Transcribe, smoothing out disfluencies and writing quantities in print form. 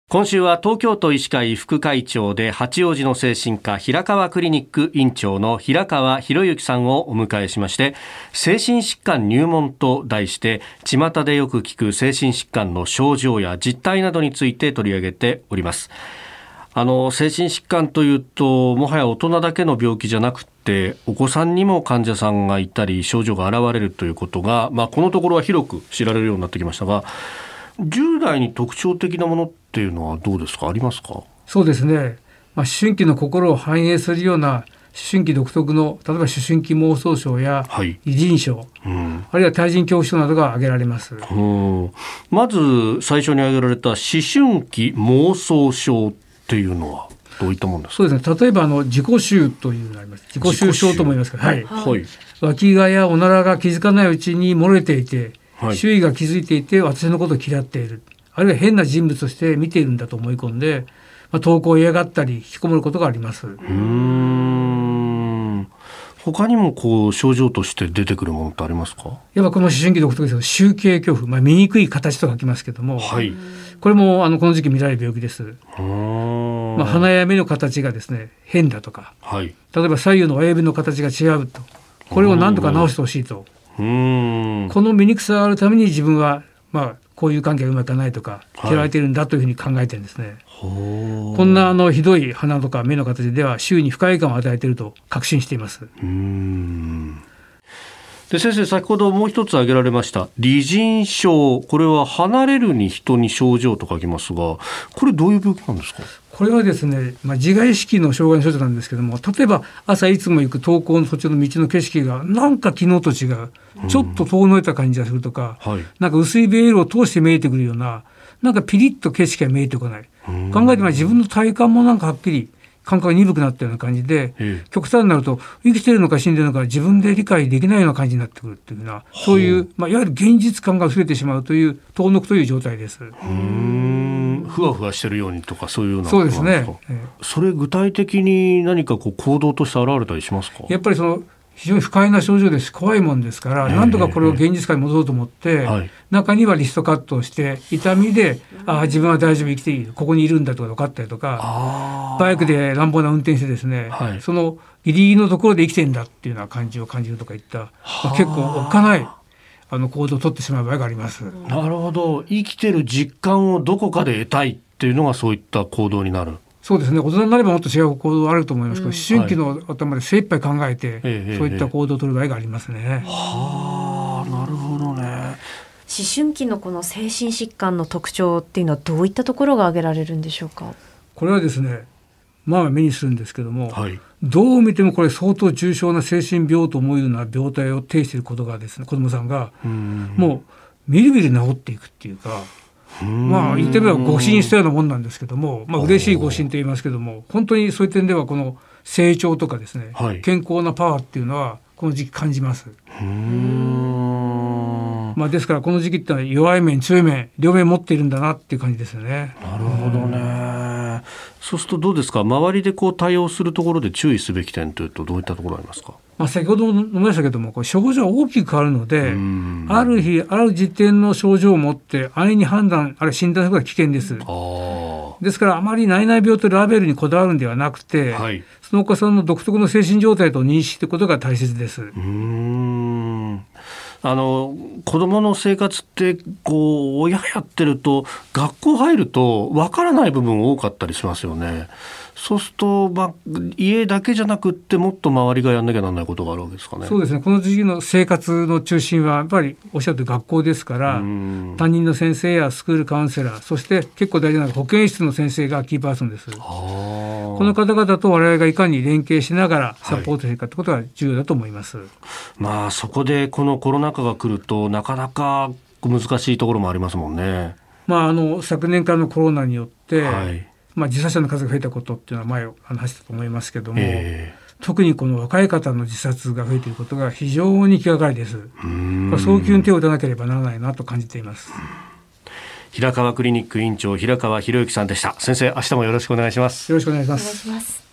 今週は東京都医師会副会長で八王子の精神科平川クリニック院長の平川博之さんをお迎えしまして、精神疾患入門と題して巷でよく聞く精神疾患の症状や実態などについて取り上げております。精神疾患というともはや大人だけの病気じゃなくて、お子さんにも患者さんがいたり症状が現れるということが、このところは広く知られるようになってきましたが、10代に特徴的なものっていうのはどうですか、ありますか？ そうですね、思春期の心を反映するような思春期独特の、例えば思春期妄想症や異人症、あるいは対人恐怖症などが挙げられます。 まず最初に挙げられた思春期妄想症っていうのはどういったものですか？ そうですね、例えば自己臭というのがあります。自己臭症とも言いますか、脇がやおならが気づかないうちに漏れていて、周囲が気づいていて私のことを嫌っている、あるいは変な人物として見ているんだと思い込んで、投稿を嫌がったり引きこもることがあります。 他にも症状として出てくるものってありますか？ この思春期独特ですけど、集形恐怖、醜い形と書きますけども、これもこの時期見られる病気です。鼻や目の形がですね変だとか、例えば左右の親指の形が違うと、これを何とか直してほしいと、この醜さがあるために自分は交友関係がうまくいかないとか嫌われているんだというふうに考えてるんですね。こんなひどい鼻とか目の形では周囲に不快感を与えていると確信しています。 で、先生、先ほどもう一つ挙げられました離人症、これは離れるに人に症状と書きますが、これどういう病気なんですか？ これはですね、自我意識の障害の症状なんですけども、例えば朝いつも行く登校の途中の道の景色がなんか昨日と違う、ちょっと遠のいた感じがするとか、なんか薄いベールを通して見えてくるような、なんかピリッと景色が見えてこない、考えて自分の体感もなんかはっきり感覚が鈍くなったような感じで、極端になると生きているのか死んでいるのか自分で理解できないような感じになってくるっていうような、そういう、いわゆる現実感が薄れてしまうという遠のくという状態です。 ふわふわしてるようにとかそういうような。 そうですね。 それ具体的に何か行動として現れたりしますか？ やっぱり非常に不快な症状です。怖いもんですから、なんとかこれを現実界に戻そうと思って、中にはリストカットをして痛みで自分は大丈夫、生きている、ここにいるんだとか分かったりとか、バイクで乱暴な運転してですね、そのギリギリのところで生きてるんだっていうような感じを感じるとかいった、結構おっかない行動を取ってしまう場合があります。 なるほど。生きてる実感をどこかで得たいっていうのがそういった行動になる。 そうですね、大人になればもっと違う行動あると思いますけど、思春期の頭で精一杯考えて、そういった行動を取る場合がありますね。 なるほどね。 思春期のこの精神疾患の特徴っていうのはどういったところが挙げられるんでしょうか？ これはですね、目にするんですけども、どう見てもこれ相当重症な精神病と思うような病態を呈していることがですね、子どもさんがもうみるみる治っていくっていうか、言ってみれば誤診したようなもんなんですけども、嬉しい誤診と言いますけども、本当にそういう点ではこの成長とかですね、健康なパワーっていうのはこの時期感じます。ですからこの時期ってのは弱い面強い面両面持っているんだなっていう感じですよね。 なるほどね。そうするとどうですか、周りで対応するところで注意すべき点というとどういったところありますか？ 先ほども述べましたけども、症状は大きく変わるので、ある日ある時点の症状を持って安易に判断あるいは診断することは危険です。ですからあまり内々病というラベルにこだわるんではなくて、そのお子さんの独特の精神状態と認識することが大切です。 子どもの生活って親やってると学校入ると分からない部分多かったりしますよね。そうすると、家だけじゃなくってもっと周りがやんなきゃならないことがあるわけですかね。 そうですね、この時期の生活の中心はやっぱりおっしゃると学校ですから、担任の先生やスクールカウンセラー、そして結構大事なのは保健室の先生がキーパーソンです。この方々と我々がいかに連携しながらサポートしていくかということが重要だと思います。 そこでこのコロナ禍が来るとなかなか難しいところもありますもんね。 昨年からのコロナによって、自殺者の数が増えたことっていうのは前話したと思いますけども、特にこの若い方の自殺が増えていることが非常に気がかりです。早急に手を打たなければならないなと感じています。 平川クリニック院長平川博之さんでした。先生、明日もよろしくお願いします。 よろしくお願いします。